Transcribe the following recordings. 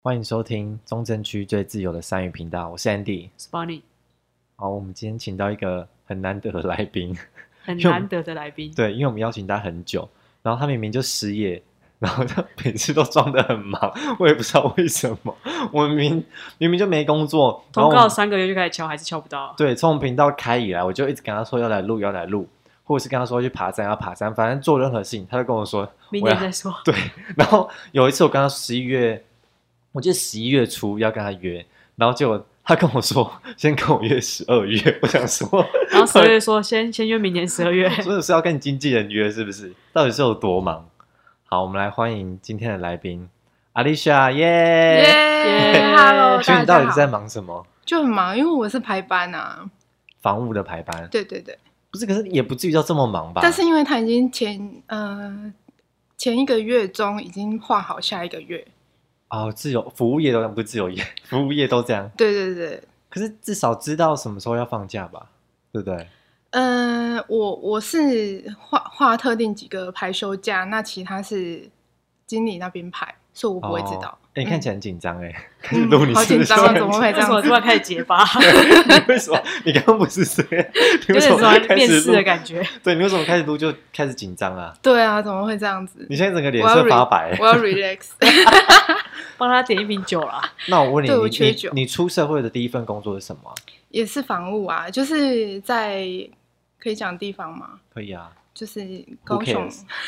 欢迎收听中正区最自由的三语频道，我是 Andy， 是 Bonnie， 好，我们今天请到一个很难得的来宾， 很难得的来宾。 对，因为我们邀请他很久，然后他明明就失业，然后他每次都装得很忙，我也不知道为什么。我们明明就没工作， 通告3个月就开始敲，还是敲不到。 对，从我们频道开以来，我就一直跟他说要来录，要来录，或者是跟他说去爬山，要爬山，反正做任何事情，他就跟我说明年再说。 对，然后有一次我跟他我记得11月初要跟他约，然后结果他跟我说先跟我约12月，我想说， 然后12月说先约明年12月， 所以是要跟你经纪人约是不是？到底是有多忙？好，我们来欢迎今天的来宾Alicia， 耶 ！Hello， 所以你到底是在忙什么？ 就很忙，因为我是排班啊， 房屋的排班。 对对对， 不是，可是也不至于到这么忙吧？ 但是因为他已经前一个月中已经画好下一个月。 哦，自由服务业都不是自由业，服务业都这样。 对对对。 可是至少知道什么时候要放假吧？对不对？ 我是画特定几个排休假，那其他是经理那边排，所以我不会知道。 你看起来很紧张哎，开始录你好紧张啊！怎么会这样？ 为什么突然开始结巴？ 你为什么？你刚刚不是这样？ 有点什么面试的感觉。 对，你为什么开始录就开始紧张啊？ 对啊，怎么会这样子？ 你现在整个脸色发白。 我要 relax。 帮他点一瓶酒啦。 那我问你， 我缺酒。 你出社会的第一份工作是什么？ 也是房务啊，就是在可以讲地方吗？ 可以啊， 就是高雄，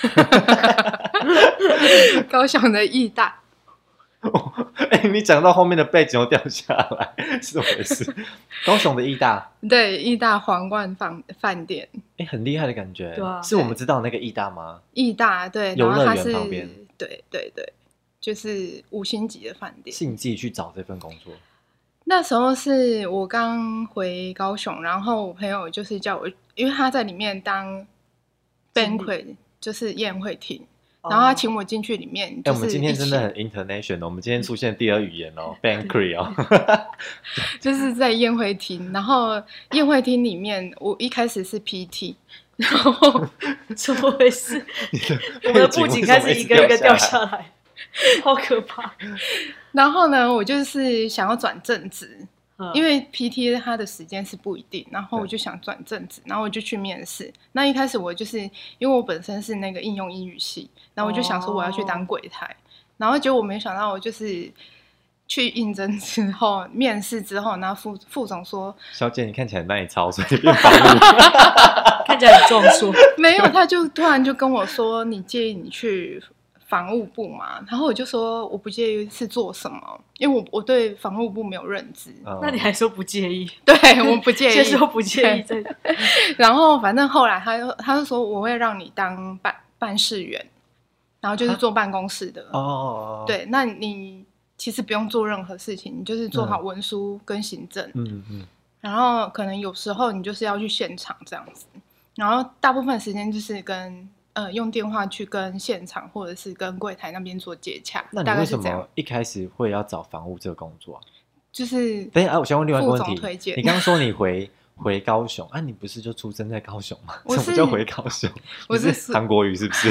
高雄的义大。 你讲到后面的背景都掉下来，是怎么回事？高雄的义大， 对，义大皇冠饭店， 很厉害的感觉。 对啊， 是我们知道那个义大吗？ 义大对， 游乐然后它是园旁边， 对对对，就是5星级的饭店。 是你自己去找这份工作？ 那时候是我刚回高雄，然后我朋友就是叫我，因为他在里面当 banquet， 就是宴会厅。然后他请我进去里面， 我们今天真的很 international， 我们今天出现第二语言哦，banquet 哦， 就是在宴会厅。然后宴会厅里面，我一开始是 PT， 然后怎么回事？我们的布景开始一个一个掉下来，好可怕。 然后呢，我就是想要转正职。因为 PT 他的时间是不一定，然后我就想转正职，然后我就去面试。那一开始我就是因为我本身是那个应用英语系，然后我就想说我要去当柜台，然后结果我没想到我就是去应征之后，面试之后，然后副总说：“ 小姐，你看起来很耐操，所以变房务， 看起来很壮硕。” 没有，他就突然就跟我说：“你介意你去房务部嘛？”然后我就说我不介意是做什么，因为我对房务部没有认知。 那你还说不介意？ 对，我不介意， 先说不介意。 然后反正后来他就说我会让你当办事员，然后就是坐办公室的。对，那你其实不用做任何事情，你就是做好文书跟行政。然后可能有时候你就是要去现场这样子，然后大部分时间就是用电话去跟现场或者是跟柜台那边做接洽。 那你为什么一开始会要找房屋这个工作啊？ 就是等一下，我想问另外一个问题。 推荐你刚刚说你回高雄啊？你不是就出生在高雄吗？什么叫回高雄？ 我是韩国语是不是？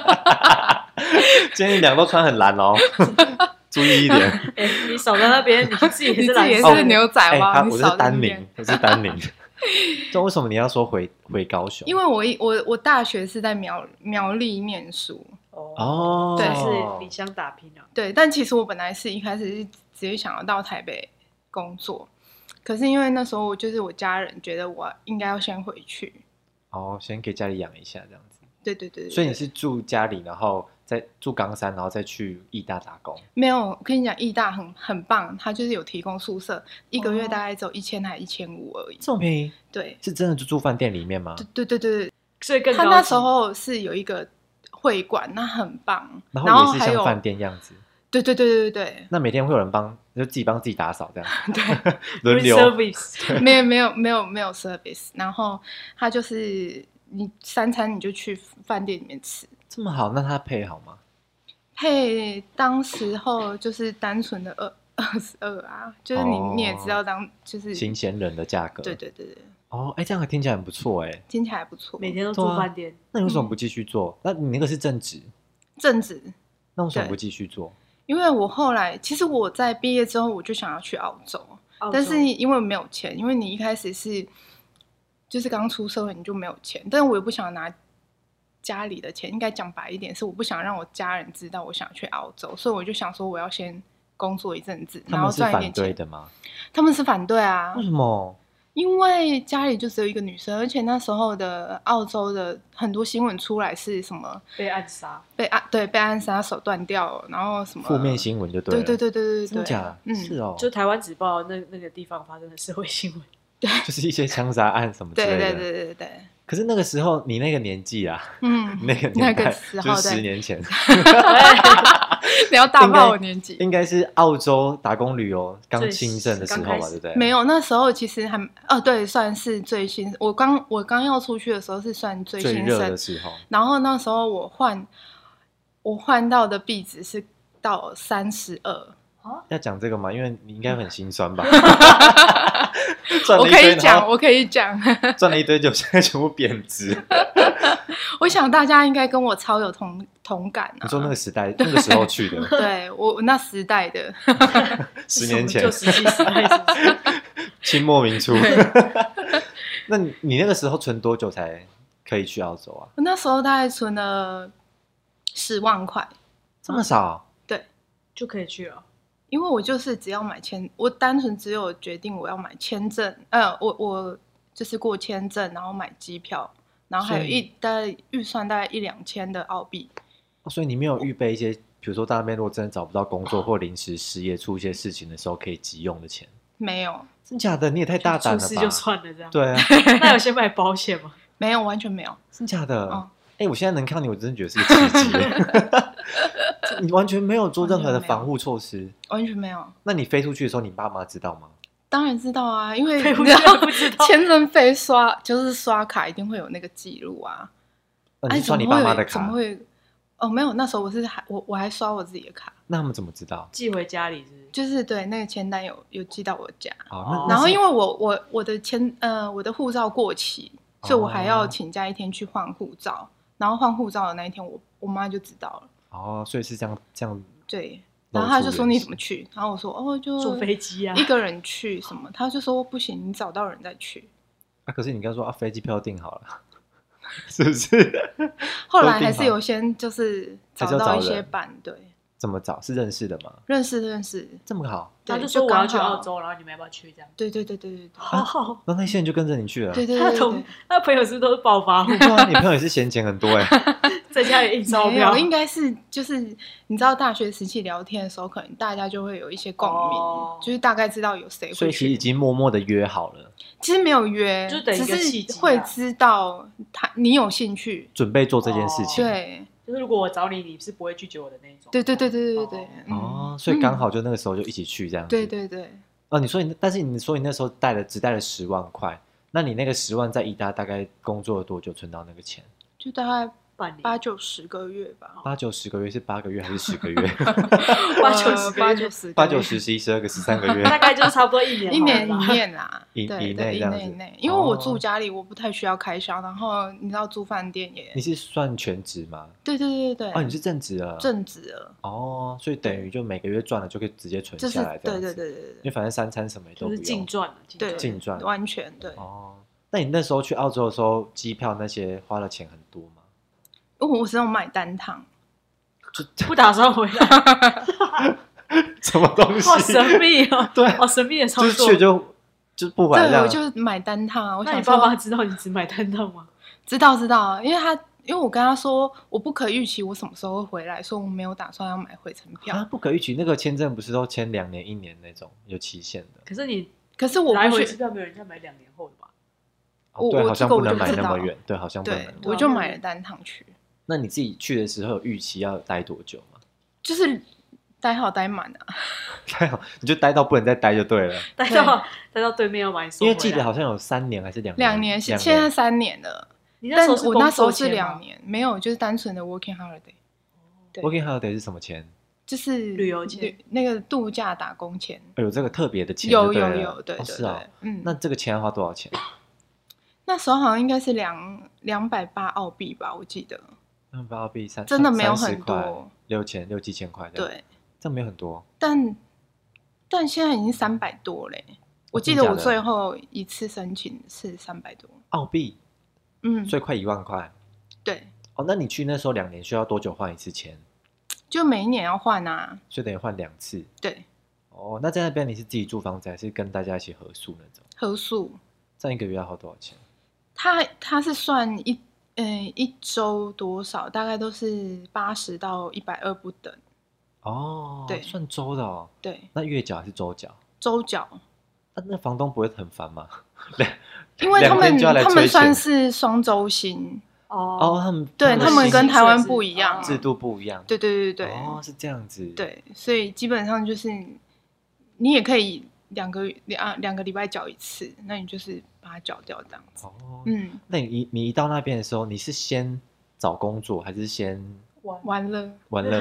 今天你两个都穿很蓝哦，注意一点。 你少在那边，你自己也是蓝色，是牛仔吗？ 我是丹宁，就为什么你要说回高雄？ 因为我大学是在苗栗念书对，是离乡打拼啊。 对，但其实我本来是一开始是直接想要到台北工作，可是因为那时候我家人觉得我应该要先回去， 先给家里养一下这样子。 对。 所以你是住家里，然后再住冈山，然后再去义大打工？ 没有，我跟你讲，义大很棒，他就是有提供宿舍，一个月大概只有1000还1500而已， 这么便宜？ 对， 是真的就住饭店里面吗？ 对， 所以更高级。 他那时候是有一个会馆，那很棒， 然后也是像饭店样子。 对。 那每天会有人就自己帮自己打扫这样？ 对， 轮流。 没有 service， 然后他就是你3餐你就去饭店里面吃。 这么好，那他配好吗？ 配当时候就是单纯的22啊，就是你也知道就是新鲜人的价格。 对。 这样听起来很不错哎， 听起来不错， 每天都住饭店。 那你为什么不继续做？那你那个是正职？ 正职。 那为什么不继续做？ 因为我后来其实我在毕业之后我就想要去澳洲，但是因为没有钱，因为你一开始就是刚出社会你就没有钱，但是我也不想拿家里的钱，应该讲白一点是我不想让我家人知道我想去澳洲，所以我就想说我要先工作一阵子，然后赚一点钱。 他们是反对的吗？ 他们是反对啊。 为什么？ 因为家里就只有一个女生，而且那时候的澳洲的很多新闻出来是什么被暗杀， 被暗杀，手断掉，然后什么负面新闻就对了。 对， 真的假的？是哦， 就台湾纸报那个地方发生的社会新闻， 对， 就是一些枪杀案什么之类的。 对。 可是那个时候你那个年纪啊，那个年代就是10年前， 你要大爆我年纪， 应该是澳洲打工旅游刚兴盛的时候吧，对不对？ 没有，那时候其实还对，算是最新。我刚要出去的时候是算最新热的时候。 然后那时候我换到的币值是到32。 要讲这个吗？因为你应该很心酸吧？ 我可以讲， 赚了一堆就现在全部贬值。 我想大家应该跟我超有同感啊！ 你说那个时代，那个时候去的， 对我那时代的 10年前， 就17时代， 清末民初。那你那个时候存多久才可以去澳洲啊？ 我那时候大概存了10万块， 这么少？ 对， 就可以去了。 因为我就是只要买我单纯只有决定我要买签证，我就是过签证，然后买机票，然后还有大概预算大概1-2千的澳币。 所以你没有预备一些，比如说到那边如果真的找不到工作或临时失业出一些事情的时候可以急用的钱？ 没有。 真假的？你也太大胆了吧！ 出事就算了这样。 对啊。 那有先买保险吗？ 没有，完全没有。 真假的？我现在能看到你，我真的觉得是个奇迹。你完全没有做任何的防护措施， 完全没有。那你飞出去的时候，你爸妈知道吗？ 当然知道啊，因为不知道签证费刷卡一定会有那个记录啊。 你刷你爸妈的卡？ 怎么会？没有，那时候我还刷我自己的卡。 那他们怎么知道？ 寄回家里是？ 就是对，那个签单有寄到我家。 然后因为我的护照过期，所以我还要请假1天去换护照。然后换护照的那一天，我妈就知道了。 所以是这样。 对，然后她就说你怎么去？然后我说就坐飞机啊， 一个人去什么？她就说不行，你找到人再去。 可是你刚说飞机票订好了，是不是？ 后来还是有先就是找到一些班，对。 怎么找？是认识的吗？ 认识， 这么好。 他就说我要去澳洲，然后你们要不要去？这样。 对。 好。 然后那些人就跟着你去了。 对。 他朋友是不是都是暴发户？ 对啊，你朋友也是闲钱很多在家里印钞票。 应该是就是你知道大学时期聊天的时候，可能大家就会有一些共鸣，就是大概知道有谁会去。 所以其实已经默默的约好了。 其实没有约， 就等一个契机， 只是会知道你有兴趣， 准备做这件事情。 对。 就是如果我找你，你是不会拒绝我的那种。 对。 所以刚好就那个时候就一起去这样子。 对。 但是你说你那时候只带了10万块，那你那个10万在义大大概工作了多久存到那个钱？ 就大概8-9-10个月吧。 8-9-10个月是8个月还是10个月 ？8-9-10、 11、12个13个月， 大概就是差不多1年以内啦。 以内这样子。 因为我住家里，我不太需要开销，然后你知道住饭店也。 你是算全职吗？ 对。 你是正职了。 正职了。 所以等于就每个月赚了就可以直接存下来这样子。对。因为反正3餐什么也都不用。 就是净赚了。 对， 净赚， 完全对。 那你那时候去澳洲的时候，机票那些花的钱很多吗？ 我只有买单趟， 不打算回来。 什么东西？ 好神秘哦！ 对， 好神秘的操作。 就是去就不回来。 对，我就买单趟啊。 那你爸妈知道你只买单趟吗？ 知道，因为我跟他说我不可预期我什么时候会回来，所以我没有打算要买回程票。 不可预期，那个签证不是都签2年、1年那种有期限的？ 可是我来回机票没有人家买2年后的吧？ 对，好像不能买那么远。对，好像不能。 我就买了单趟去。 那你自己去的时候有预期要待多久吗？ 就是待好待满啊。 待好，你就待到不能再待就对了。 待到对面要把你送回来。 因为记得好像有3年还是2年 ？2年，现在3年了。但我那时候是2年，没有，就是单纯的 working holiday。working holiday 是什么钱？ 就是旅游钱， 那个度假打工钱。 有这个特别的钱？ 有，对。 是啊。那这个钱要花多少钱？ 那时候好像应该是280澳币吧，我记得。 280澳币真的没有很多 ，6000、6、7千块。 对。 这样没有很多， 但现在已经300多嘞。我记得我最后一次申请是300多澳币，所以快1万块。 对。 那你去那时候2年需要多久换一次签？ 就每一年要换啊， 所以等于换2次。 对。 那在那边你是自己租房子还是跟大家一起合宿那种？ 合宿。 这样1个月要花多少钱？ 他是算一周多少，大概都是80到120不等。对， 算周的哦。 对。 那月缴还是周缴？ 周缴。 那房东不会很烦吗？ 因为他们算是双周薪。 对， 他们跟台湾不一样， 制度不一样。 对。 是这样子。 对，所以基本上就是你也可以两个礼拜缴一次，那你就是把它缴掉这样子。 那你一到那边的时候，你是先找工作还是先玩乐？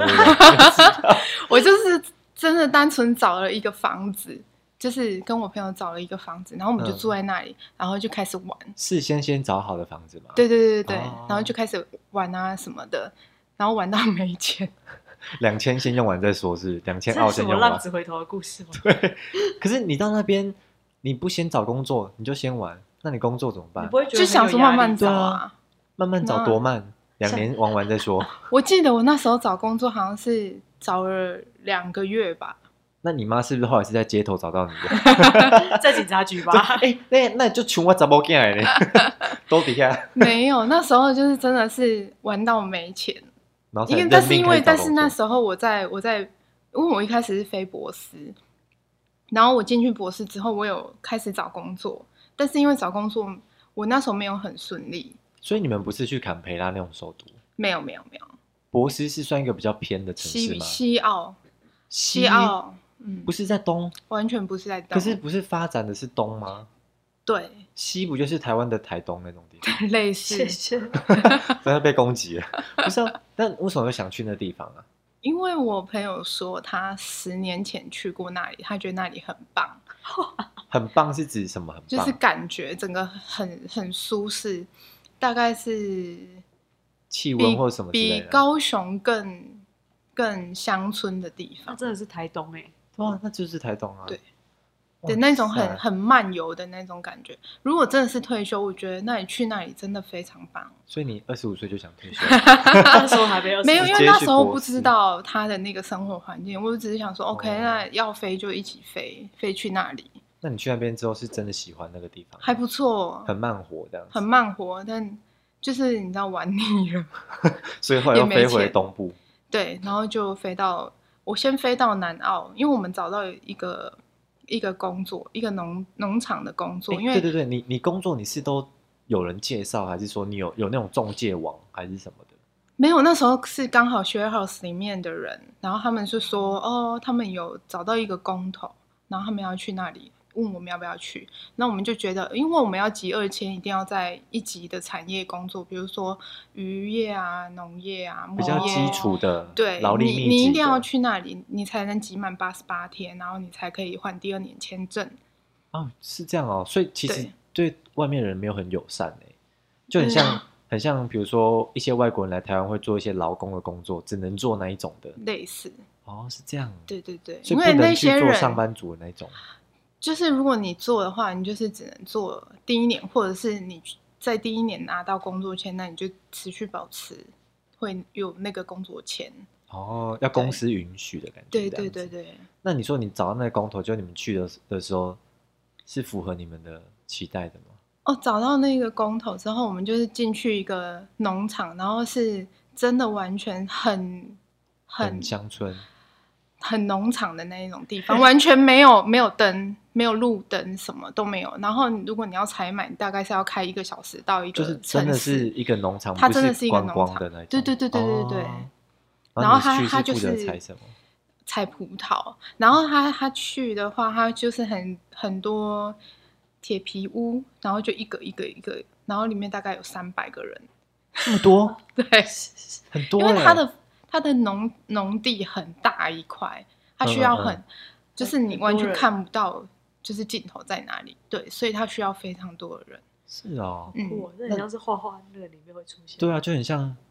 我就是真的单纯找了一个房子。就是跟我朋友找了一个房子，然后我们就住在那里，然后就开始玩。 是先找好的房子吗？ 对，然后就开始玩啊什么的，然后玩到没钱。 2000先用完再说，是2000澳先用完。 这是什么浪子回头的故事吗？ 对。可是你到那边，你不先找工作，你就先玩，那你工作怎么办？ 你不会觉得就想说慢慢找啊？ 慢慢找多慢？2年玩完再说。 我记得我那时候找工作好像是找了2个月吧。 那你妈是不是后来是在街头找到你的？ 在警察局吧？ 那就穷我查某囝的呢，都底下没有。那时候就是真的是玩到没钱，但是那时候我在，因为我一开始是飞博士，然后我进去博士之后，我有开始找工作，但是因为找工作，我那时候没有很顺利。 所以你们不是去坎培拉那种首都？ 没有。 博斯是算一个比较偏的城市吗？ 西澳。 不是在东， 完全不是在东。 可是不是发展的是东吗？ 对， 西不就是台湾的台东那种地方？ 类似。 真的被攻击了。不是啊，但为什么会想去那地方啊？ 因为我朋友说他10年前去过那里，他觉得那里很棒。 很棒是指什么？很棒就是感觉整个很舒适，大概是气温或什么之类的， 比高雄更乡村的地方。 那真的是台东哇，那就是台东啊。 对的那种很漫游的那种感觉。如果真的是退休，我觉得那里真的非常棒。 所以你25岁就想退休？ 那时候还没有， 没有，因为那时候不知道他的那个生活环境，我只是想说，OK，那要飞就一起飞去那里。 那你去那边之后是真的喜欢那个地方？ 还不错， 很慢活这样子。 很慢活，但就是你知道玩腻了， 所以后来又飞回东部。 对，然后就我先飞到南澳，因为我们找到一个工作，一个农场的工作。因为对，你工作你是都有人介绍，还是说你有那种中介网还是什么的？ 没有，那时候是刚好 share house 里面的人，然后他们是说他们有找到一个工头，然后他们要去那里，问我们要不要去。那我们就觉得，因为我们要集2签，一定要在一级的产业工作，比如说渔业啊、农业啊、牧业， 比较基础的， 对， 劳力密集的， 你一定要去那里，你才能集满88天，然后你才可以换第2年签证。 是这样哦。所以其实对外面人没有很友善就很像比如说一些外国人来台湾会做一些劳工的工作，只能做那一种的， 类似。 是这样。 对， 所以不能去做上班族的那种。 就是如果你做的话，你就是只能做第1年，或者是你在第1年拿到工作签，那你就持续保持会有那个工作签。 要公司允许的感觉。 对。 那你说你找到那个工头，就你们去的时候是符合你们的期待的吗？ 找到那个工头之后，我们就是进去一个农场，然后是真的完全很乡村、 很农场的那一种地方，完全没有灯，没有路灯，什么都没有。然后如果你要采买，大概是要开1个小时到一个城市， 就是真的是一个农场， 它真的是一个农场的那种。 对。然后他就是采什么？ 采葡萄。然后他去的话，他就是很多铁皮屋，然后就一个，然后里面大概有300个人。 这么多？ 对， 很多。 因为他的农地很大一块，他需要就是你完全看不到就是尽头在哪里。对，所以他需要非常多的人。 是哦。 那很像是画那个里面会出现。 对啊，就很像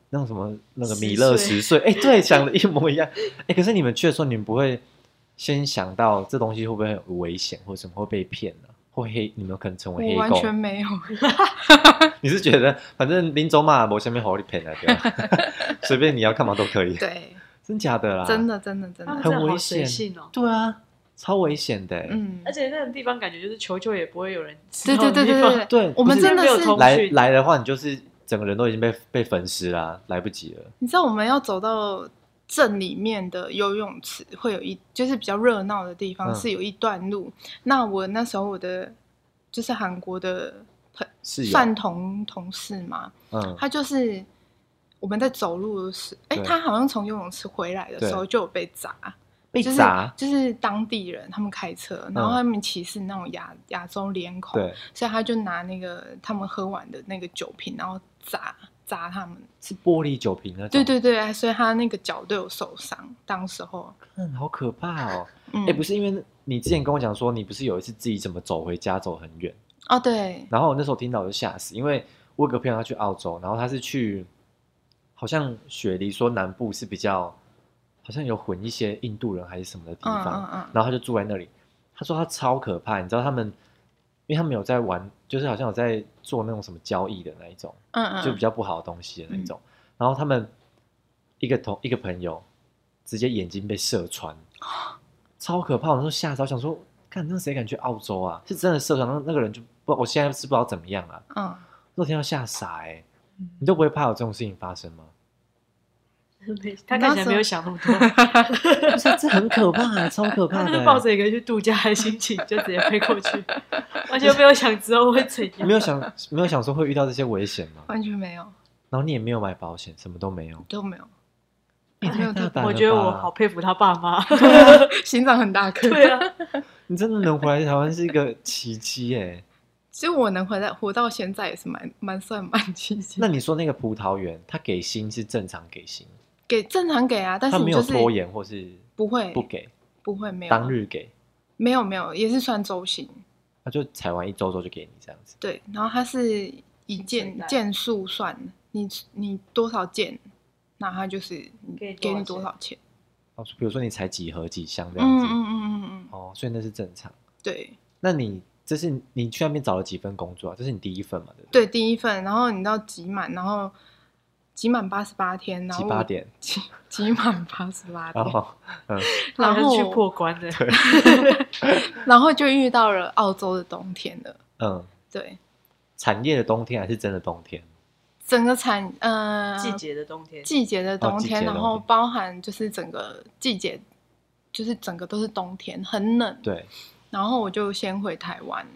那种什么那个米勒10岁，对，想的一模一样。可是你们去的时候，你们不会先想到这东西会不会很危险，或者什么会被骗呢？你们可能成为黑狗？ 我完全没有。 你是觉得反正林州嘛，我下面好你骗来对吧？随便你要干嘛都可以。 对， 真假的啦？ 真的很危险哦。 对啊，超危险的。 而且那个地方感觉就是求救也不会有人知道的地方。 对， 我们真的是来的话，你就是整个人都已经被焚尸啦，来不及了。 你知道我们要走到镇里面的游泳池，会有就是比较热闹的地方，是有一段路。那我那时候我的就是韩国的算同事嘛，他就是我们在走路的时候，他好像从游泳池回来的时候就有被砸。 被砸就是当地人他们开车，然后他们歧视那种亚洲脸孔，所以他就拿那个他们喝完的那个酒瓶，然后砸他们。 是玻璃酒瓶那种？对，所以他那个脚都有受伤。当时候， 好可怕哦！不是因为你之前跟我讲说，你不是有一次自己怎么走回家走很远哦？对。 然后我那时候听到我就吓死，因为我有个朋友他去澳洲，然后他是去好像雪梨说南部是比较。好像有混一些印度人还是什么的地方，然后他就住在那里。他说他超可怕，你知道他们，因为他们有在玩，就是好像有在做那种什么交易的那一种，就比较不好的东西的那一种。然后他们一个朋友直接眼睛被射穿，超可怕。我那时候吓着，想说，看那谁敢去澳洲啊？是真的射穿，那个人就不，我现在是不知道怎么样啊。那天要吓傻你都不会怕有这种事情发生吗？ 他看起来没有想那么多， 这很可怕，超可怕的。 他就抱着一个去度假的心情，就直接飞过去，完全没有想之后会怎样。 没有想说会遇到这些危险吗？ 完全没有。 然后你也没有买保险，什么都没有， 都没有。 我觉得我好佩服他爸妈， 心脏很大颗。 对啊， 你真的能回来台湾是一个奇迹耶。 其实我能活到现在也是算蛮奇迹。 那你说那个葡萄园，他给薪是正常给薪？ 正常给啊，但是他没有拖延或是不会不给， 不会没有当日给， 没有也是算周薪， 他就采完1周就给你这样子。 对，然后他是以件数算，你多少件，那他就是给你多少钱。 比如说你采几盒几箱这样子，所以那是正常。 对， 那你去那边找了几份工作啊？这是你第一份嘛？ 对，第一份，然后你到集满，然后。集满88天，然后 8点， 集满88天， 然后去破关的， 然后就遇到了澳洲的冬天了。对， 产业的冬天还是真的冬天？ 整个季节的冬天， 季节的冬天，然后包含就是整个季节，就是整个都是冬天，很冷。 对， 然后我就先回台湾。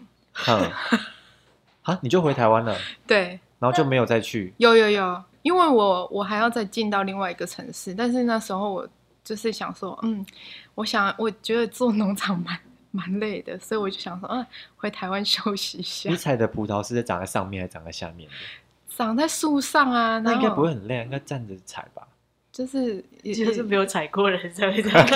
你就回台湾了？ 对， 然后就没有再去。 有，因为我还要再进到另外一个城市，但是那时候我就是想说，我觉得做农场蛮累的，所以我就想说，回台湾休息一下。 你采的葡萄是长在上面还是长在下面的？ 长在树上啊， 那应该不会很累，应该站着采吧？ 就是没有采过人才会这样。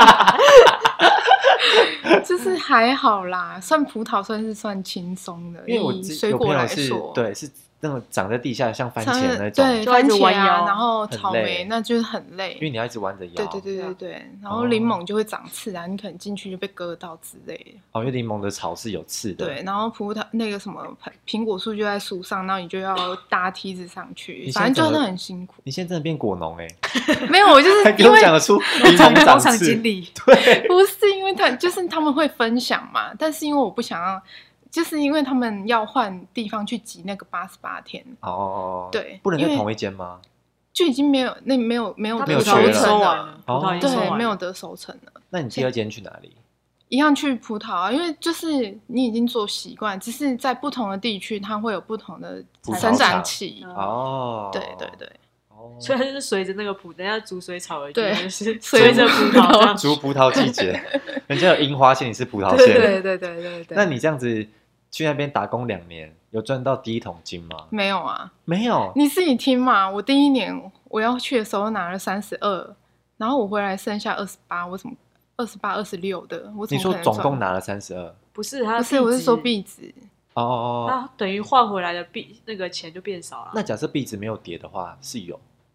就是还好啦，葡萄算轻松的， 因为我以水果来说， 对，是那种长在地下像番茄那种， 对，番茄啊，然后草莓那就是很累， 因为你要一直弯着腰。 对，然后柠檬就会长刺啊，你可能进去就被割到之类的。 因为柠檬的草是有刺的。 对，然后葡萄那个什么苹果树就在树上，然后你就要搭梯子上去，反正就是很辛苦。 你现在真的变果农没有，我就是还给我讲得出柠檬长刺经理。 对， 不是因为他们会分享嘛，但是因为我不想要。就是因为他们要换地方去集那个88天对， 不能在同一间吗？ 就已经没有得收成了， 对，没有得收成了。 那你第二间去哪里？ 一样去葡萄啊，因为就是你已经做习惯，只是在不同的地区，它会有不同的生长期。对， 所以它就是随着那个人家煮水草而对， 就是随着葡萄煮葡萄季节，人家有樱花县，你是葡萄县。 对。 那你这样子去那边打工2年，有赚到第一桶金吗？ 没有啊， 没有。 你自己听嘛，我第一年我要去的时候拿了32，然后我回来剩下28，我怎么28、26的？我怎么可能你说总共拿了32？ 不是， 我是说币值。 它等于换回来的那个钱就变少了。 那假设币值没有跌的话，是有。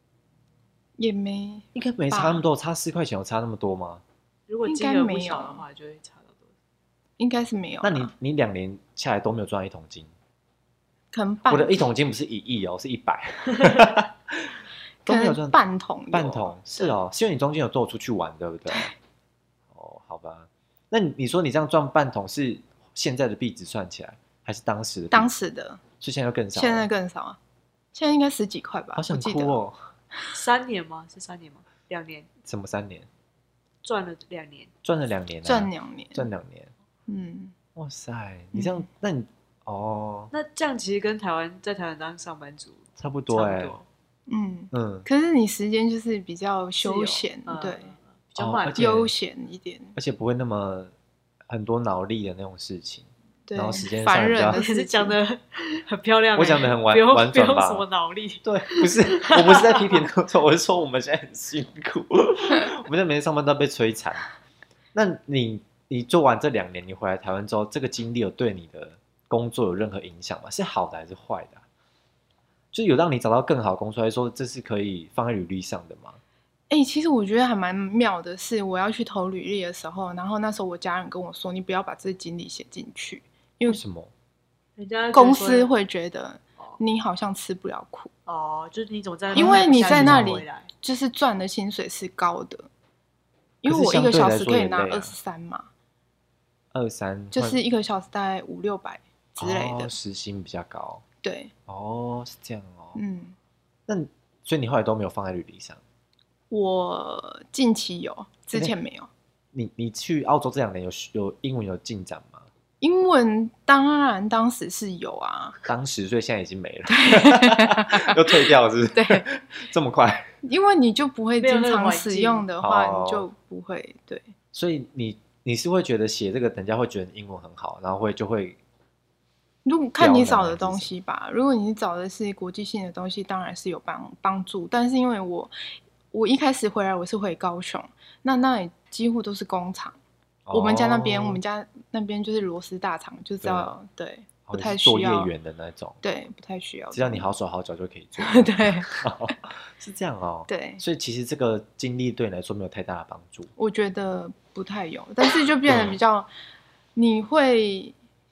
也没， 应该没差那么多，差4块钱有差那么多吗？ 如果金额不小的话，就会差到多少？ 应该是没有。 那你2年下来都没有赚1桶金？ 可能我的1桶金不是1亿哦，是100。都没有赚半桶， 是哦，是因为你中间有都有出去玩，对不对？哦，好吧。那你说你这样赚半桶是现在的币值算起来，还是当时的？ 当时的， 所以现在更少。 现在更少啊，现在应该10几块吧？ 好想哭哦。 3年吗？是3年吗？2年？ 什么3年？ 赚了2年。 赚了2年、啊。 赚2年。 赚2年。 嗯。 哇塞，你这样，那你哦， 那这样其实跟在台湾当上班族差不多哎。 可是你时间就是比较休闲，对， 比较慢， 悠闲一点， 而且不会那么很多脑力的那种事情， 对， 然后时间烦人的事情讲的很漂亮， 我讲的很婉转吧？ 不用什么脑力， 对，不是，我不是在批评那个，我是说我们现在很辛苦，我们在每天上班都被摧残。那你做完这2年，你回来台湾之后，这个经历有对你的工作有任何影响吗？是好的还是坏的？就有让你找到更好的工作，还是说这是可以放在履历上的吗？ 其实我觉得还蛮妙的是，我要去投履历的时候，然后那时候我家人跟我说，你不要把这经历写进去，因为什么？ 人家公司会觉得你好像吃不了苦哦，就是你怎么在， 因为你在那里就是赚的薪水是高的，因为我1个小时可以拿23嘛 ，23 就是1个小时大概500-600之类的， 时薪比较高。 对， 是这样哦。 那所以你后来都没有放在履历上？ 我近期有，之前没有。 你去澳洲这2年有英文有进展吗？ 英文当然当时是有啊， 当时，所以现在已经没了，又退掉了是不是？ 对， 这么快？ 因为你就不会经常使用的话，你就不会对。 所以你是会觉得写这个，人家会觉得英文很好，然后就会。 如果看你找的东西吧，如果你找的是国际性的东西，当然是有帮助。但是因为我一开始回来我是回高雄，那里几乎都是工厂。我们家那边就是螺丝大厂，就知道对，不太需要作业员的那种， 对，不太需要。 只要你好手好脚就可以做。 对， 是这样哦。 对， 所以其实这个经历对你来说没有太大的帮助。 我觉得不太有，但是就变得比较，你会。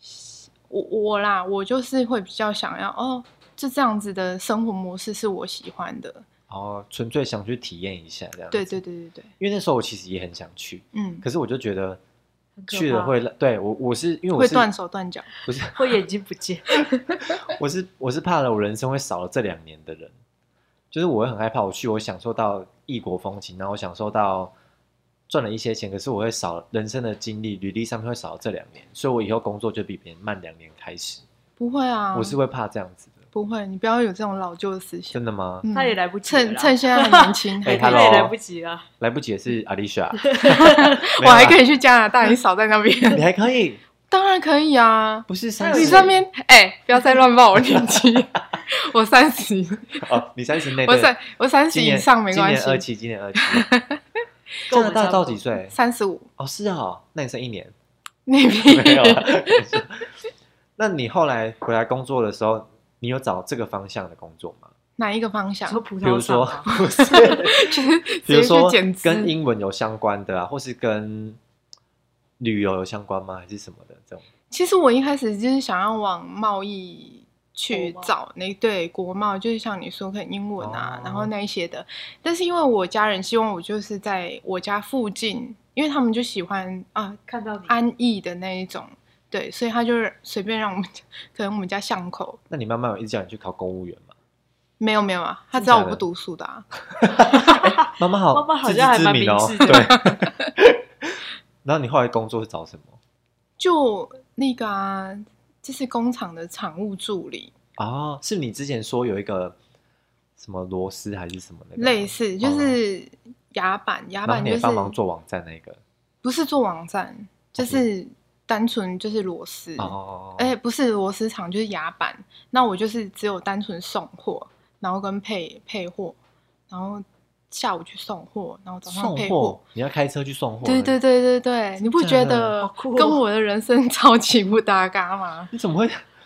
我就是会比较想要就这样子的生活模式是我喜欢的纯粹想去体验一下这样子。 对， 因为那时候我其实也很想去，可是我就觉得去了会对我是因为会断手断脚， 不是会眼睛不见。 我是怕了我人生会少了这2年的人，就是我会很害怕我去，我享受到异国风情，然后我享受到。赚了一些钱，可是我会少人生的经历，履历上面会少这2年，所以我以后工作就比别人慢2年开始。 不会啊， 我是会怕这样子的。 不会，你不要有这种老旧的思想。 真的吗？ 他也来不及了， 趁现在很年轻， 他也来不及了。 来不及的是 Alicia， 我还可以去加拿大，你少在那边。 你还可以？ 当然可以啊， 不是30？ 你上面不要再乱报我年纪，我30。 你30内， 我30以上没关系。 今年27。加拿大到几岁 ？35。 是哦，那你剩1年。 你屁没有那你后来回来工作的时候，你有找这个方向的工作吗？ 哪一个方向？ 比如说，不是，比如说跟英文有相关的啊，或是跟旅游有相关吗？还是什么的这种？ 其实我一开始就是想要往贸易去找对国贸，就是像你说可能英文啊，然后那一些的。但是因为我家人希望我就是在我家附近，因为他们就喜欢看到你安逸的那一种，对，所以他就随便让我们，可能我们家巷口。 那你妈妈有一直叫你去考公务员吗？ 没有啊，他知道我不读书的啊。 妈妈好像还蛮明智的。 对。然后你后来工作是找什么？ 就那个就是工厂的厂务助理。 是你之前说有一个什么螺丝还是什么那个类似，就是牙板就是帮忙做网站那个。 不是做网站，就是单纯就是螺丝。不是螺丝厂，就是牙板。那我就是只有单纯送货，然后跟配货，然后下午去送货，然后早上配货。 你要开车去送货？ 对，你不觉得跟我的人生超级不搭嘎吗？ 你怎么会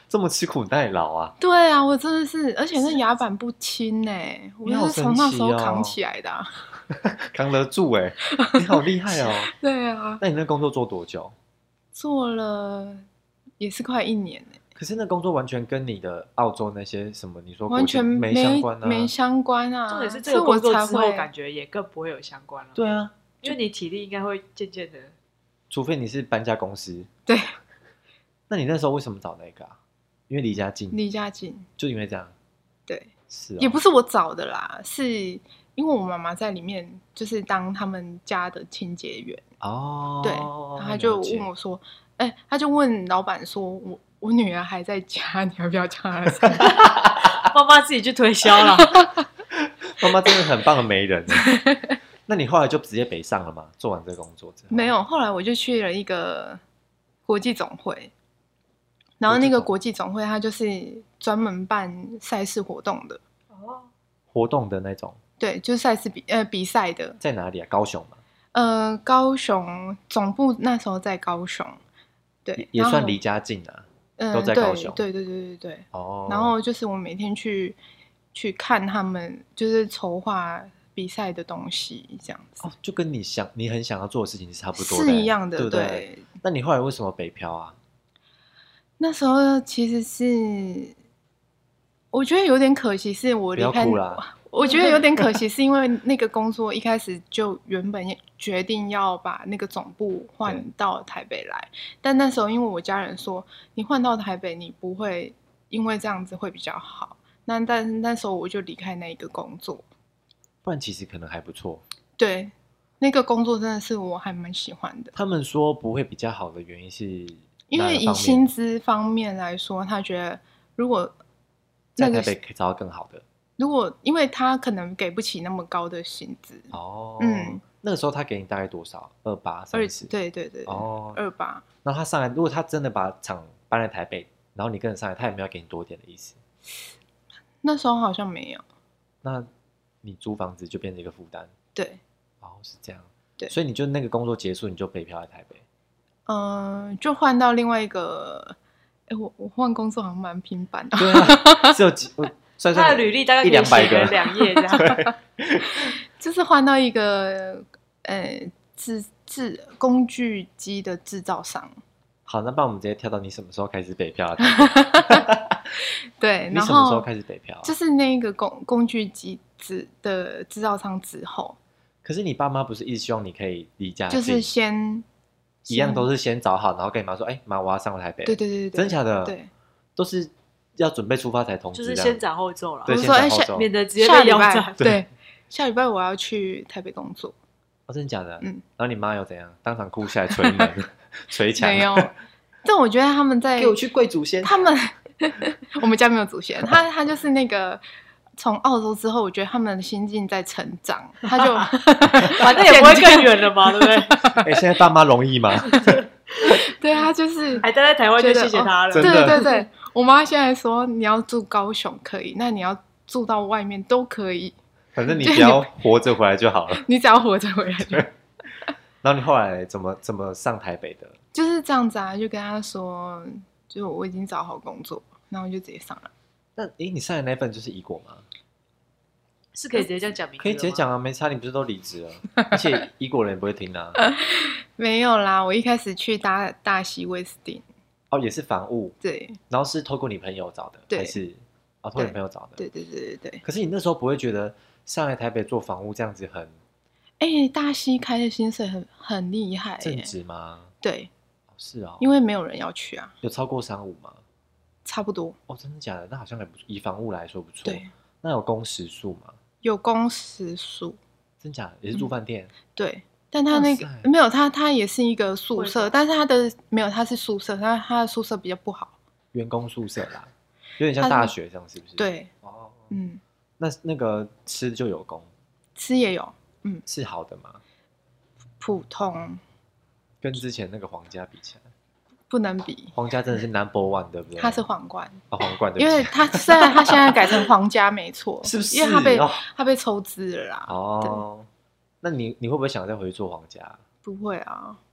这么吃苦耐劳啊？ 对啊，我真的是，而且那牙板不轻我是从那时候扛起来的扛得住你好厉害哦。 对啊。 那你那工作做多久？ 做了也是快1年可是那工作完全跟你的澳洲那些什么你说完全没相关啊， 没相关啊。 重点是这个工作之后感觉也更不会有相关了。 对啊， 因为你体力应该会渐渐的， 除非你是搬家公司。 对。 那你那时候为什么找那个啊？因为离家近。 离家近， 就因为这样。 对， 是也不是我找的啦，是因为我妈妈在里面就是当他们家的清洁员对，然后他就问我说，他就问老板说，我女儿还在家，你要不要叫她上？ 妈妈自己去推销了。 妈妈真的很棒的媒人。那你后来就直接北上了吗？做完这个工作之后？ 没有，后来我就去了一个国际总会，然后那个国际总会它就是专门办赛事活动的。 活动的那种。 对，就是赛事比赛的。 在哪里啊？高雄吗？ 高雄总部那时候在高雄。对， 也算离家近啊。都在高雄。 对。然后就是我每天去看他们，就是筹划比赛的东西，这样子。 就跟你很想要做的事情是差不多的， 是一样的， 对不对？那你后来为什么北漂啊？ 那时候其实是我觉得有点可惜，是我离开。 不要哭啦。 我觉得有点可惜，是因为那个工作一开始就原本决定要把那个总部换到台北来，但那时候因为我家人说，你换到台北你不会因为这样子会比较好，但那时候我就离开那一个工作。 不然其实可能还不错。 对，那个工作真的是我还蛮喜欢的。 他们说不会比较好的原因是因为以薪资方面来说，他觉得如果在台北可以找到更好的。 因为他可能给不起那么高的薪资。 那个时候他给你大概多少？28、30？ 对。28。 然后他上来，如果他真的把厂搬来台北，然后你跟着上来，他也没有给你多一点的意思。 那时候好像没有。 那你租房子就变成一个负担。 对。 是这样。 对。 所以你就那个工作结束，你就北漂来台北。 就换到另外一个。我换工作好像蛮频繁的。 对啊，只有他的履历大概可以写个2页这样。 就是换到一个工具机的制造商。 好，那不然我们直接跳到你什么时候开始北漂？ 对， 你什么时候开始北漂？ 就是那个工具机的制造商之后。 可是你爸妈不是一直希望你可以离家近？ 就是先一样都是先找好，然后跟你妈说，妈，我要上台北。 对， 真假的？ 对， 都是要准备出发才通知， 就是先斩后奏了。 对，先斩后奏， 免得直接被腰斩。 对，下礼拜我要去台北工作。 真的假的？然后你妈有怎样？当场哭下来捶门、捶墙？ 没有。但我觉得他们在给我去跪祖先。 他们我们家没有祖先，他就是那个。从澳洲之后，我觉得他们的心境在成长，他就反正也不会更远了嘛，对不对？ 现在爸妈容易吗？ 对，他就是还待在台湾就谢谢他了。 对，我妈现在说你要住高雄可以，那你要住到外面都可以， 反正你只要活着回来就好了。 你只要活着回来就好。 然后你后来怎么上台北的？ 就是这样子啊，就跟他说，就我已经找好工作，然后就直接上了。 那你上的那份就是怡果吗？ 是可以直接这样讲名字？ 可以直接讲啊，没差，你不是都离职了？而且怡果人也不会听啊。 没有啦，我一开始去大溪威斯汀。 也是房务。对。然后是透过你朋友找的？对。还是透过你朋友找的？ 对。可是你那时候不会觉得上来台北做房务这样子很？ 大溪开的薪水很厉害。 正职吗？ 对。 是啊。 因为没有人要去啊。 有超过35吗？ 差不多。 真的假的？那好像还不错，以房务来说不错。 对。 那有工时数吗？ 有工时数。 真假的？也是住饭店？ 对，但他那个没有，他也是一个宿舍，但是他的没有，他是宿舍，他的宿舍比较不好。 员工宿舍啦，有点像大学这样，是不是？ 对。 那个吃就有工？ 吃也有。 是好的吗？ 普通。 跟之前那个皇家比起来。 不能比， 皇家真的是 No.1， 对不对？ 他是皇冠皇冠， 因为虽然他现在改成皇家，没错， 是不是？ 因为他被抽资了啦。 那你会不会想再回去做皇家？ 不会啊，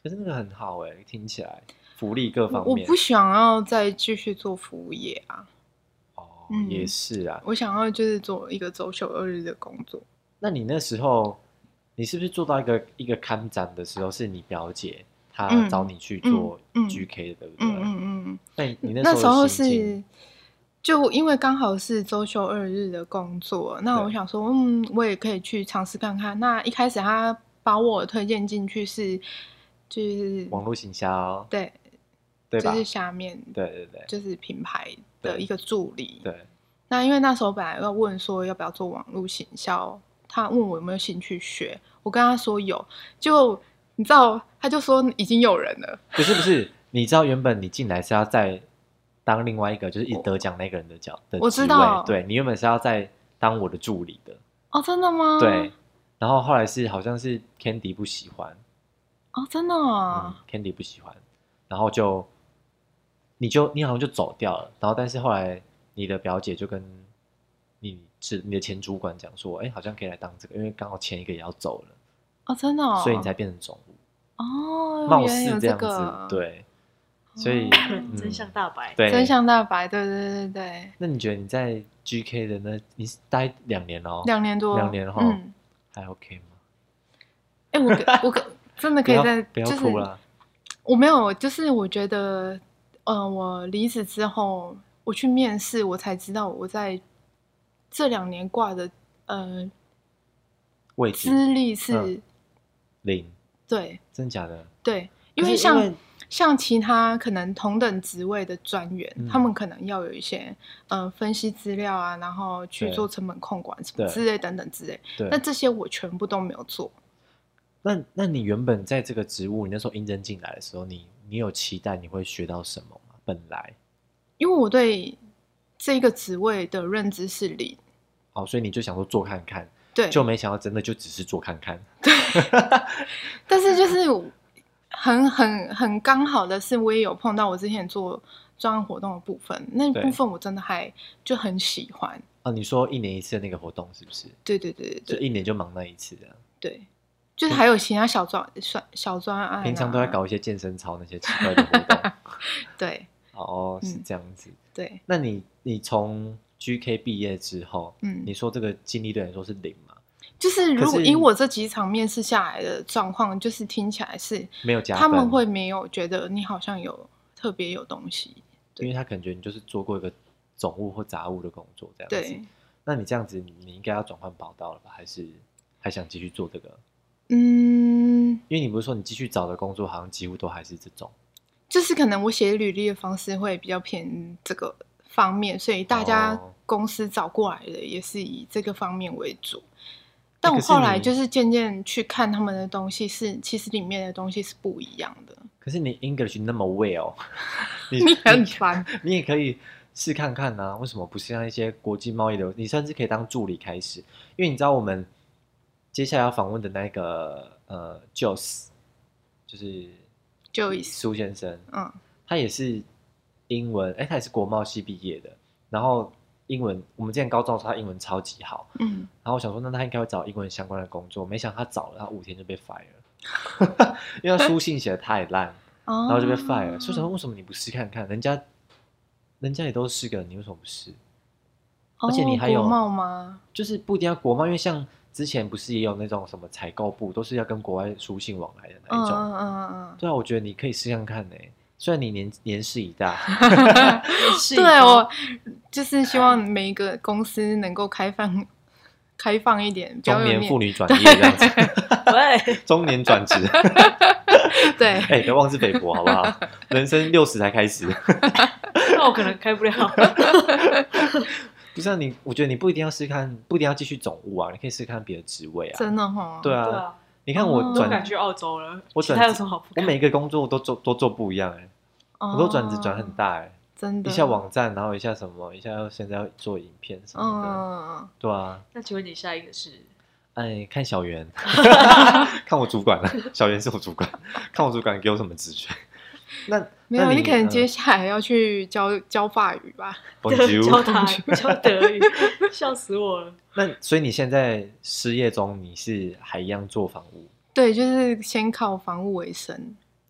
可是那个很好听起来福利各方面。 我不想要再继续做服务业啊。 也是啊。 我想要就是做一个周休2日的工作。那你那时候，你是不是做到一个看展的时候，是你表姐她找你去做 GK 的，对不对？那你那时候是， 就因为刚好是周休2日的工作，那我想说，我也可以去尝试看看。那一开始他把我推荐进去就是网络行销， 对吧？就是下面对， 就是品牌的一个助理。 对。 那因为那时候本来要问说要不要做网络行销，他问我有没有兴趣学，我跟他说有，就你知道，他就说已经有人了。 不是，你知道原本你进来是要再当另外一个就是得奖那个人的职位， 我知道， 对，你原本是要再当我的助理的。 哦，真的吗？ 对，然后后来好像是 Candy 不喜欢。 哦，真的啊 ？Candy 不喜欢，然后你好像就走掉了，然后但是后来你的表姐就跟你的前主管讲说，好像可以来当这个，因为刚好前一个也要走了。 哦，真的哦， 所以你才变成总务。 哦， 貌似这样子，对。所以真相大白， 对， 真相大白，对。 那你觉得你在 GK 的你待2年哦 ？2年多 ，2年后，还 OK 吗？我真的可以不要哭了。 我没有，就是我觉得，我离职之后，我去面试，我才知道我在这2年挂的位置资历是 0。 对， 真假的？ 对，因为像其他可能同等职位的专员，他们可能要有一些分析资料啊，然后去做成本控管什么之类等等之类。那这些我全部都没有做。 那你原本在这个职务，你那时候应征进来的时候，你有期待你会学到什么吗？本来， 因为我对这个职位的认知是0。 所以你就想说做看看。 对， 就没想到真的就只是做看看。 对，但是就是很刚好的是，我也有碰到我之前做专案活动的部分，那部分我真的还就很喜欢。 你说1年1次的那个活动是不是？ 对， 就1年就忙那一次这样。 对，就是还有其他小专案， 平常都在搞一些健身操那些奇怪的活动。 对， 是这样子。 对， 那你从 GK 毕业之后，你说这个经历对你来说是0嘛？ 就是如果以我这几场面试下来的状况，就是听起来是没有加分， 他们会没有觉得你好像有特别有东西， 因为他感觉你就是做过一个总务或杂务的工作这样子。 对， 那你这样子，你应该要转换跑道了吧？还想继续做这个？ 因为你不是说你继续找的工作好像几乎都还是这种， 就是可能我写履历的方式会比较偏这个方面，所以大家公司找过来的也是以这个方面为主。但我后来就是渐渐去看他们的东西其实里面的东西是不一样的。 可是你 English 那么 well， 你很烦， 你也可以试看看啊。为什么不是像一些国际贸易的？你甚至可以当助理开始，因为你知道我们接下来要访问的那个Joyce， 就是 Joyce 苏先生，他也是英文，他也是国贸系毕业的，然后英文我们之前高中的时候他英文超级好，然后我想说那他应该会找英文相关的工作，没想到他找了，他5天就被 fire 了，因为他书信写得太烂，然后就被 fire 了。所以我想说为什么你不试看看？人家也都是个，你为什么不试？而且你还有国贸吗？ 就是不一定要国贸，因为像之前不是也有那种什么采购部，都是要跟国外书信往来的那一种。对啊，我觉得你可以试看看呢。虽然你年事已大， 对，我就是希望每一个公司能够开放一点， 中年妇女转业这样子， 对， 中年转职， 对， 不要妄自菲薄好不好？人生60才开始， 那我可能开不了。 不是啊，我觉得你不一定要试看，不一定要继续总务啊，你可以试看别的职位啊。 真的哈， 对啊。你看我都敢去澳洲了， 他有什么好不敢？ 我每个工作都做不一样我都转职转很大真的， 一下网站，然后一下什么，一下现在要做影片什么的，对啊。 那请问你下一个是？ 看小圆，看我主管了，小圆是我主管，看我主管给我什么职权。那没有，你可能接下来要去教法语吧？ 教台语，教德语，笑死我了。 那所以你现在失业中，你是还一样做房务？ 对，就是先靠房务为生。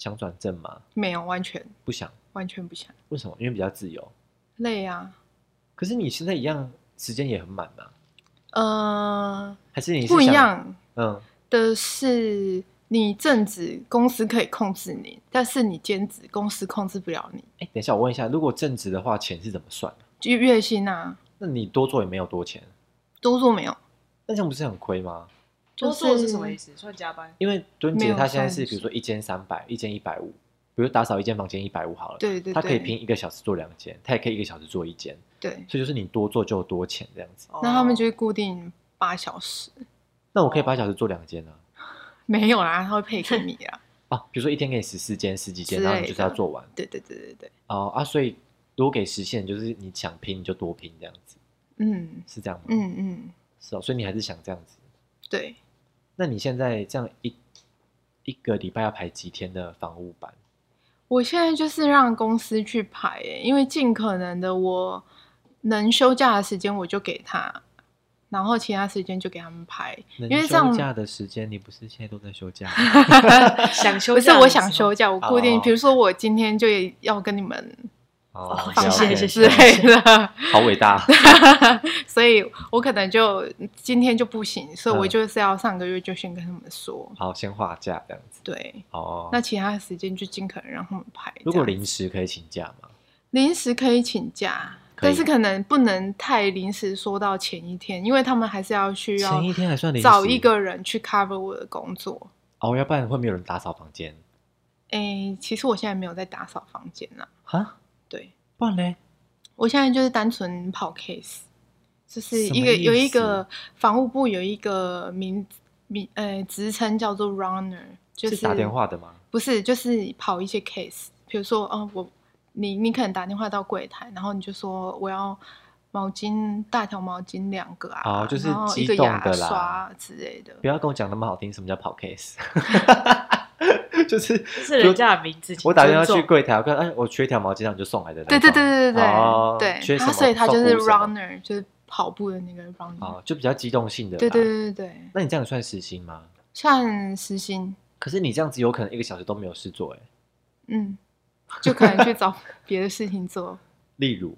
想转正吗？ 没有，完全不想， 完全不想。 为什么？因为比较自由。 累啊。 可是你现在一样时间也很满啊。还是你是不一样？ 嗯， 的是你正职公司可以控制你，但是你兼职公司控制不了你。 等一下我问一下，如果正职的话，钱是怎么算的？ 就月薪啊。 那你多做也没有多钱。 多做没有？ 那这样不是很亏吗？ 多做是什么意思？算加班？ 因为敦杰他现在是比如说一间300，一间150，比如打扫一间房间150好了， 对对对， 他可以拼1个小时做2间，他也可以1个小时做1间， 对， 所以就是你多做就有多钱这样子。 那他们就会固定8小时。 那我可以8小时做2间啊？ 没有啦，他会配给你啊。 比如说一天给你14间、10几间，然后你就是要做完。 对对对对对。 所以如果给时限，就是你想拼你就多拼这样子。是这样吗？是哦，所以你还是想这样子。 对。 那你现在这样一个礼拜要排几天的房务班？ 我现在就是让公司去排，因为尽可能的我能休假的时间我就给他，然后其他时间就给他们排。因为这样休假的时间，你不是现在都在休假吗？ 想休假不是我想休假，我固定，比如说我今天就要跟你们放谢之类的， 好伟大。 所以我可能就今天就不行，所以我就是要上个月就先跟他们说， 好，先划假这样子。 对，那其他的时间就尽可能让他们排。 如果临时可以请假吗？ 临时可以请假，但是可能不能太临时说到前一天，因为他们还是需要前一天还算临时找一个人去 cover 我的工作。 要不然会没有人打扫房间。 其实我现在没有在打扫房间啦。 哈？ 对， 不然呢？ 我现在就是单纯跑 case， 就是有一个房务部有一个职称叫做 runner， 就是打电话的吗？ 不是，就是跑一些 case， 比如说你可能打电话到柜台，然后你就说我要毛巾大条毛巾2个啊， 就是然后一个牙刷之类的。 不要跟我讲那么好听，什么叫跑 case？就是人家的名字。 我打电话去柜台，我看我缺一条毛巾，然后你就送来的。 对对对对对对， 缺什么？ 所以他就是 runner， 就是跑步的那个 runner。 就比较机动性的。 对对对对。 那你这样算时薪吗？ 算时薪。 可是你这样子有可能1个小时都没有事做就可能去找别的事情做。 例如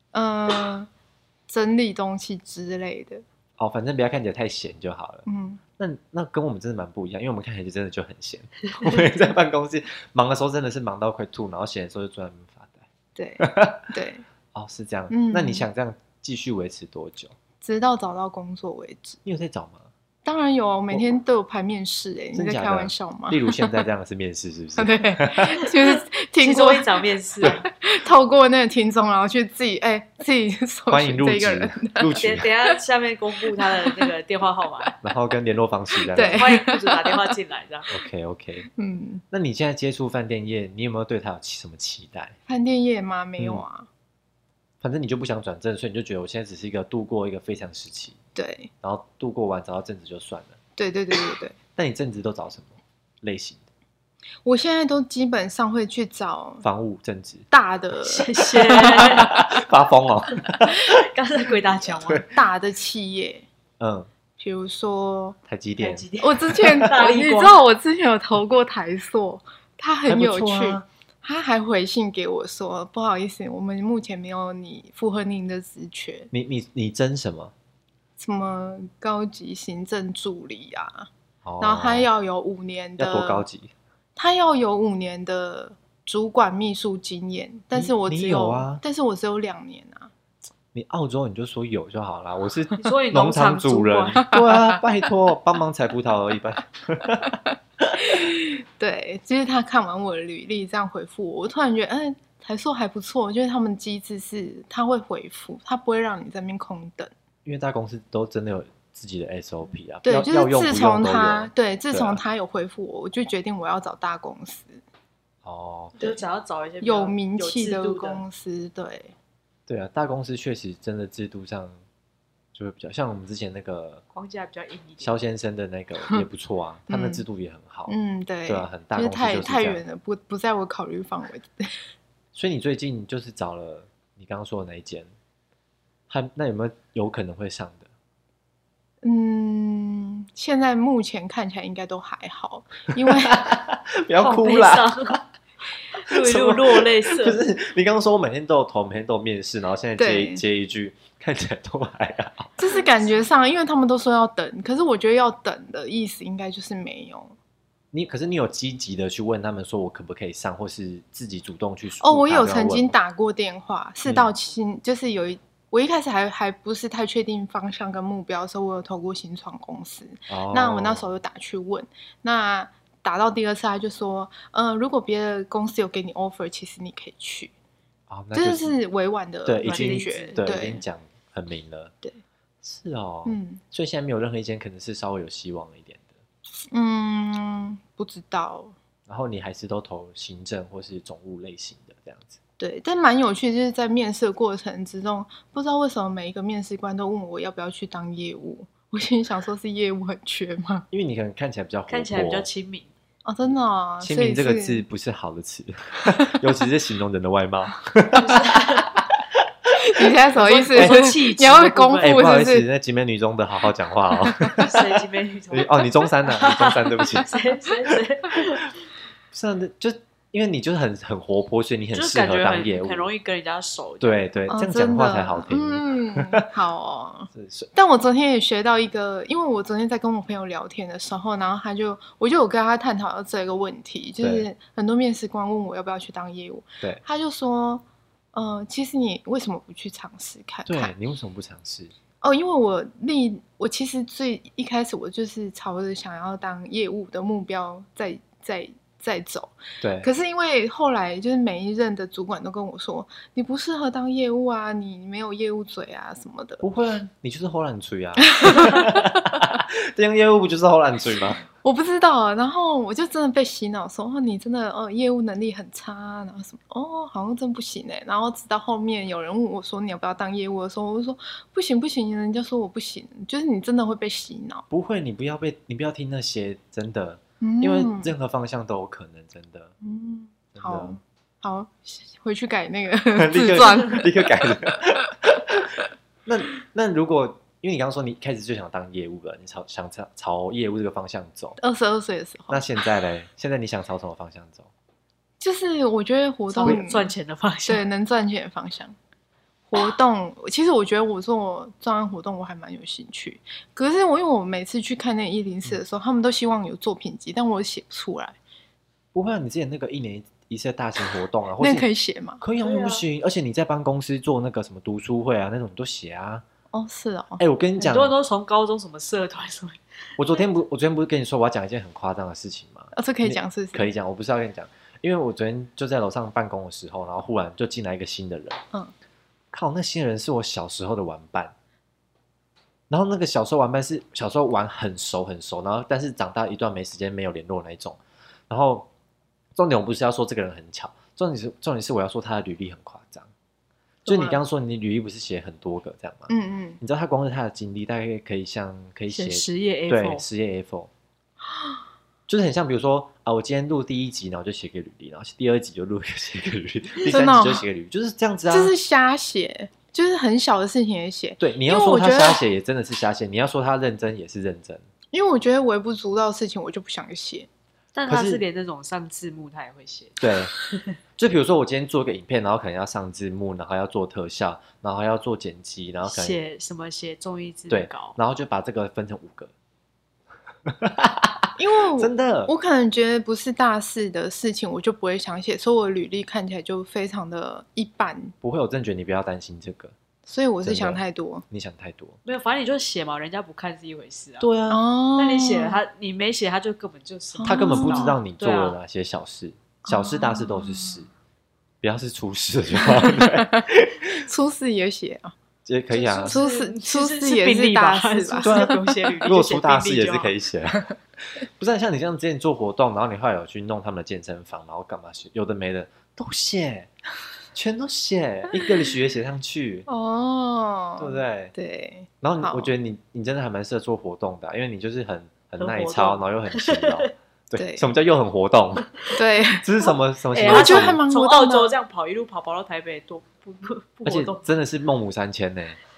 整理东西之类的。 反正不要看起来太闲就好了。那跟我们真的蛮不一样，因为我们看起来真的就很闲。我们在办公室忙的时候真的是忙到快吐，然后闲的时候就坐在那边发呆。 对对。 是这样。那你想这样继续维持多久？ 直到找到工作为止。 你有在找吗？ 当然有啊，我每天都有排面试。你在开玩笑吗？ 例如现在这样的是面试是不是？ 对，就是听过一场面试， 透过那个听众，然后去自己欢迎入职， 等一下下面公布他的那个电话号码， 然后跟联络方式。 对， 欢迎雇主打电话进来这样。 OK。那你现在接触饭店业，你有没有对他有什么期待？ 饭店业吗？没有啊。 反正你就不想转正，所以你就觉得我现在只是度过一个非常时期。 对， 然后度过完找到正职就算了。 对。 那你正职都找什么类型的？ 我现在都基本上会去找房务正职大的。 谢谢。 发疯哦！ 刚才鬼打墙吗？ 大的企业，比如说台积电。 我之前你知道我之前有投过台塑，他很有趣。他还回信给我说：“不好意思，我们目前没有符合您的职缺。” 你争什么？ 什么高级行政助理啊？然后他要有5年的。 要多高级？ 他要有5年的主管秘书经验，但是我只有但是我只有2年啊。 你澳洲你就说有就好啦，我是农场主人。对啊，拜托帮忙采葡萄而已吧。 对，就是他看完我的履历这样回复我突然觉得台塑还不错，就是他们机制是他会回复，他不会让你在那边空等， 因为大公司都真的有自己的 SOP 啊。 对，就是自从他有回复我就决定我要找大公司。 就只要找一些有名气的公司。 对啊，大公司确实真的制度上就会比较像我们之前那个框架比较硬一点， 肖先生的那个也不错啊，他们的制度也很好。 对啊，很大公司就是太远了，不在我考虑范围。 所以你最近就是找了你刚刚说的那一间，那有没有可能会上的？ 现在目前看起来应该都还好，因为不要哭啦， 录一录落泪色。 不是你刚刚说我每天都有投，每天都有面试，然后现在接一句，看起来都还好。 就是感觉上，因为他们都说要等，可是我觉得要等的意思应该就是没有。 可是你有积极的去问他们说我可不可以上，或是自己主动去说？我有曾经打过电话，4到7，就是我一开始还不是太确定方向跟目标的时候，我有投过新创公司。那我那时候有打去问，那打到第2次他就说，如果别的公司有给你 offer， 其实你可以去。这是委婉的拒绝， 对，已经讲很明了。 对， 是哦，所以现在没有任何一间可能是稍微有希望一点的。 不知道。 然后你还是都投行政或是总务类型的这样子。 对，但蛮有趣，就是在面试过程之中，不知道为什么每一个面试官都问我要不要去当业务。我心里想说，是业务很缺吗？ 因为你可能看起来比较活泼， 看起来比较亲民。 真的啊， 亲民这个字不是好的词，尤其是形容人的外貌。 你现在什么意思？你要会功夫是不是？ 不好意思，那集美女中的好好讲话哦。 谁集美女中？ 你中3啊？你中3，对不起。 谁？ 不是啊，就因为你就是很活泼，所以你很适合当业务， 很容易跟人家熟。 对，这样讲话才好听。 好哦。但我昨天也学到一个，因为我昨天在跟我朋友聊天的时候，然后我就有跟他探讨到这个问题，就是很多面试官问我要不要去当业务， 对， 他就说，其实你为什么不去尝试看看？ 对，你为什么不尝试？ 因为我其实最一开始我就是朝着想要当业务的目标在走， 对。 可是因为后来就是每一任的主管都跟我说，你不适合当业务啊，你没有业务嘴啊什么的。 不会啊，你就是后懒嘴啊。当业务不就是后懒嘴吗？ 我不知道啊，然后我就真的被洗脑说，你真的业务能力很差，然后什么好像真不行欸。然后直到后面有人问我说你要不要当业务的时候，我就说不行，人家说我不行，就是你真的会被洗脑。 不会，你不要听那些，真的。因为任何方向都有可能，真的。好，回去改那个自传，立刻改了。那如果因为你刚刚说你一开始就想当业务了，你想朝业务这个方向走 ，22岁的时候。 那现在嘞？现在你想朝什么方向走？ 就是我觉得活动赚钱的方向， 对，能赚钱的方向。活动，其实我觉得我做专案活动我还蛮有兴趣，可是因为我每次去看那个104的时候，他们都希望有作品集，但我写不出来。 不会啊，你之前那个1年1次的大型活动啊， 那可以写吗？ 可以啊，不行。而且你在帮公司做那个什么读书会啊，那种你都写啊。 是哦。 我跟你讲， 很多人都从高中什么社团什么。 我昨天不是跟你说我要讲一件很夸张的事情吗？ 这可以讲是？ 可以讲，我不是要跟你讲，因为我昨天就在楼上办公的时候，然后忽然就进来一个新的人。靠，那新人是我小时候的玩伴，然后那个小时候玩伴是小时候玩很熟，然后但是长大一段没时间没有联络那一种。然后重点我不是要说这个人很巧，重点是我要说他的履历很夸张。就是你刚刚说你履历不是写很多个这样吗？你知道他光是他的经历大概可以写 10页 A4， 对，10页 A4。就是很像，比如说我今天录第1集，然后就写个履历，然后第2集就写个履历，第3集就写个履历，就是这样子啊。 就是瞎写，就是很小的事情也写。 对，你要说他瞎写也真的是瞎写，你要说他认真也是认真。 因为我觉得微不足道的事情我就不想写。 但他是连那种上字幕他也会写。 对，就比如说我今天做一个影片，然后可能要上字幕，然后要做特效，然后还要做剪辑，然后可能写综艺字稿， 然后就把这个分成5个。 因为真的， 我可能觉得不是大事的事情，我就不会想写，所以我履历看起来就非常的一般。 不会，我真的觉得你不要担心这个。 所以我是想太多。 你想太多。 没有，反正你就写嘛，人家不看是一回事啊。 对啊。 那你写了你没写，他就根本就是他根本不知道你做了哪些小事，小事大事都是事，不要是出事就好。 出事也写啊。 也可以啊， 出事也是大事吧？ 对啊，不用写履历， 如果出大事也是可以写。不是像你这样之前做活动，然后你后来有去弄他们的健身房，然后干嘛写，有的没的都写，全都写，一个学写上去。对不对？ 对。 然后我觉得你真的还蛮适合做活动的，因为你就是很耐操，然后又很勤劳。对，什么叫又很活动？ 对， 这是什么情况？ 我觉得还蛮活动的。 从澳洲这样跑一路跑到台北，多不活动， 而且真的是孟母三迁呢。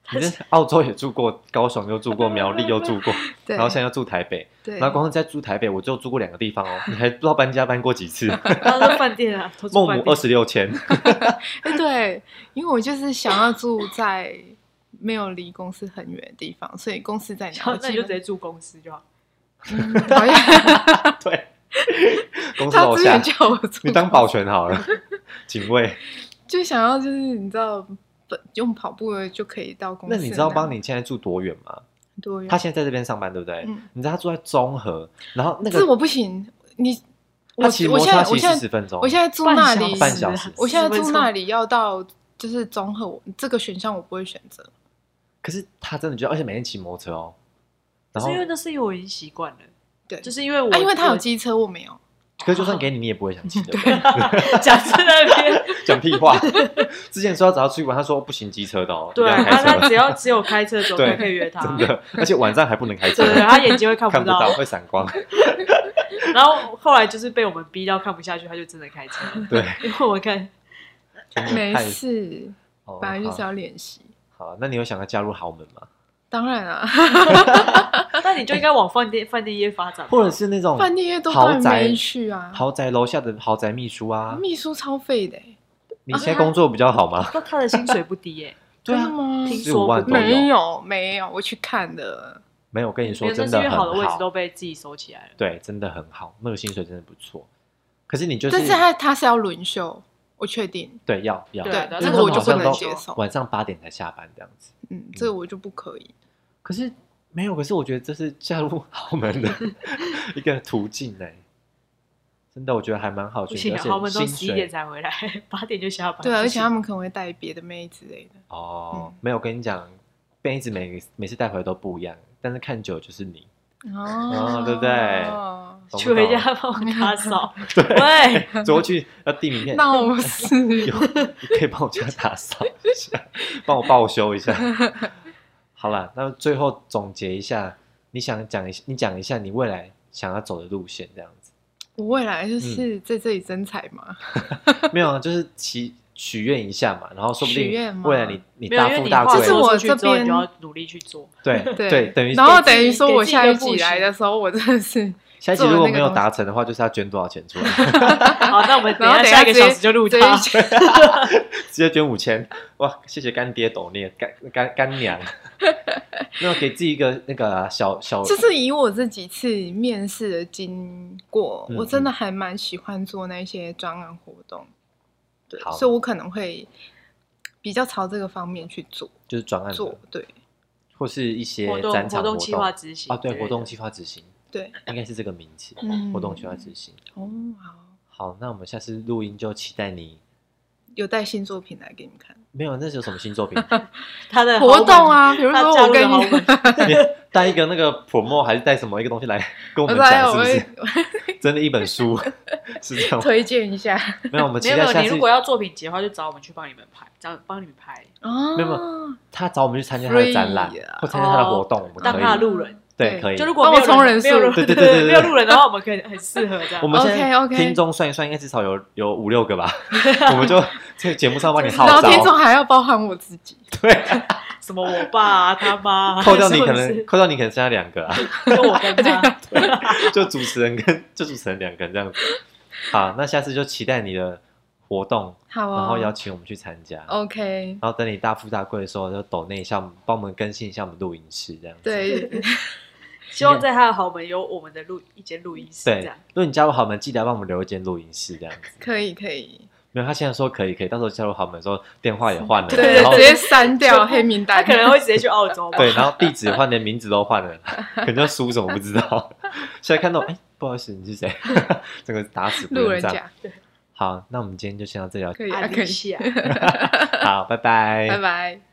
你在澳洲也住过，高雄又住过，苗栗又住过，然后现在又住台北。 对， 然后光是在住台北，我就住过2个地方哦。你还不知道搬家搬过几次？ 然后饭店啊， 孟母26千。 对，因为我就是想要住在没有离公司很远的地方，所以公司在哪， 那你就直接住公司就好。 好像对，公司楼下， 叫我住， 你当保全好了，警卫。 就想要就是你知道。用跑步的就可以到公司。 那你知道帮你现在住多远吗？ 多远？ 他现在在这边上班，对不对？你知道他住在中和，然后那个这我不行。 他骑摩托车骑40分钟。 我现在住那里半小时。 我现在住那里要到就是中和，这个选项我不会选择。 可是他真的觉得，而且每天骑摩托车哦。 然后因为那是因为我已经习惯了， 对， 就是因为因为他有机车，我没有。 可是就算给你，你也不会想骑的。 讲在那边讲屁话。之前说要找他出去玩，他说不行机车的哦。 对，他只有开车的时候才可以约他。 真的，而且晚上还不能开车。 对，他眼睛会看不到，会闪光。 然后后来就是被我们逼到看不下去，他就真的开车。 对， 因为我看没事，本来就是要练习。 好，那你有想要加入豪门吗？ 当然啊。 那你就应该往饭店业发展， 或者是那种饭店业都豪宅去啊， 豪宅楼下的豪宅秘书啊， 秘书超废的。 你现在工作比较好吗？ 他的薪水不低耶。 对啊， 听说 15万都有。没有，我去看的。 没有，我跟你说，真的很好。 好的位置都被自己收起来了。 对，真的很好，那个薪水真的不错。可是你就是， 但是他是要轮休，我确定。 对，要对，这个我就不能接受。 晚上8点才下班这样子。 这个我就不可以。 可是没有，可是我觉得这是加入豪门的一个途径哎，真的，我觉得还蛮好去。 而且豪门都11点才回来，8点就下班。 对，而且他们可能会带别的妹之类的。 哦，没有，跟你讲，妹子每次带回来都不一样，但是看久就是你哦，对不对？ 去回家帮我打扫。 对，走过去要递名片。 那我是你可以帮我家打扫一下，帮我报修一下。好了，那最后总结一下，你讲一下你未来想要走的路线，这样子。 我未来就是在这里增财嘛？ 没有啊，就是许愿一下嘛，然后说不定未来你大富大贵， 就是我这边就要努力去做。 对，等于说我下一集来的时候，我真的是下一集如果没有达成的话，就是要捐多少钱出来？ 好，那我们等一下下1个小时就录它， 直接捐5000。哇，谢谢干爹斗内干娘。那给自己一个那个小， 就是以我这几次面试的经过，我真的还蛮喜欢做那些专案活动。对，所以我可能会比较朝这个方面去做， 就是专案做，对， 或是一些活动计划执行对，活动计划执行， 对， 应该是这个名词，活动计划执行。 哦， 好，那我们下次录音就期待你有带新作品来给你们看。 没有，那是有什么新作品？ 他的活动啊，比如说我跟你带一个那个 promo 还是带什么一个东西来跟我们讲，是不是？真的一本书是这样， 推荐一下。 没有，我们期待下次。 你如果要作品集的话，就找我们去帮你们拍，帮你们拍。 没有，他找我们去参加他的展览或参加他的活动，我们当他的路人。 对，可以。 就如果没有充人数， 对， 没有路人的话，我们可以很适合这样。 我们现在听众算一算，应该至少有5-6个吧。我们就在节目上帮你号召。 然后听众还要包含我自己。 对， 什么我爸啊，他妈， 扣掉你可能剩下2个啊。 跟我跟他， 就主持人2个人这样子。好，那下次就期待你的活动， 好哦， 然后邀请我们去参加。 OK。 然后等你大富大贵的时候，就抖内一下，帮我们更新一下我们录音室这样子。 对。 希望在他的豪门有我们的一间录音室，这样。 如果你加入豪门，记得要帮我们留一间录音室，这样子。 可以。 没有，他现在说可以，到时候加入豪门的时候，电话也换了， 对，直接删掉黑名单。 他可能会直接去澳洲吧。 对，然后地址换的名字都换了，可能叫苏什么不知道。现在看到，不好意思，你是谁？整个打死不认账。 对。 好，那我们今天就先到这里。 可以。 好， 好，拜拜。 拜拜。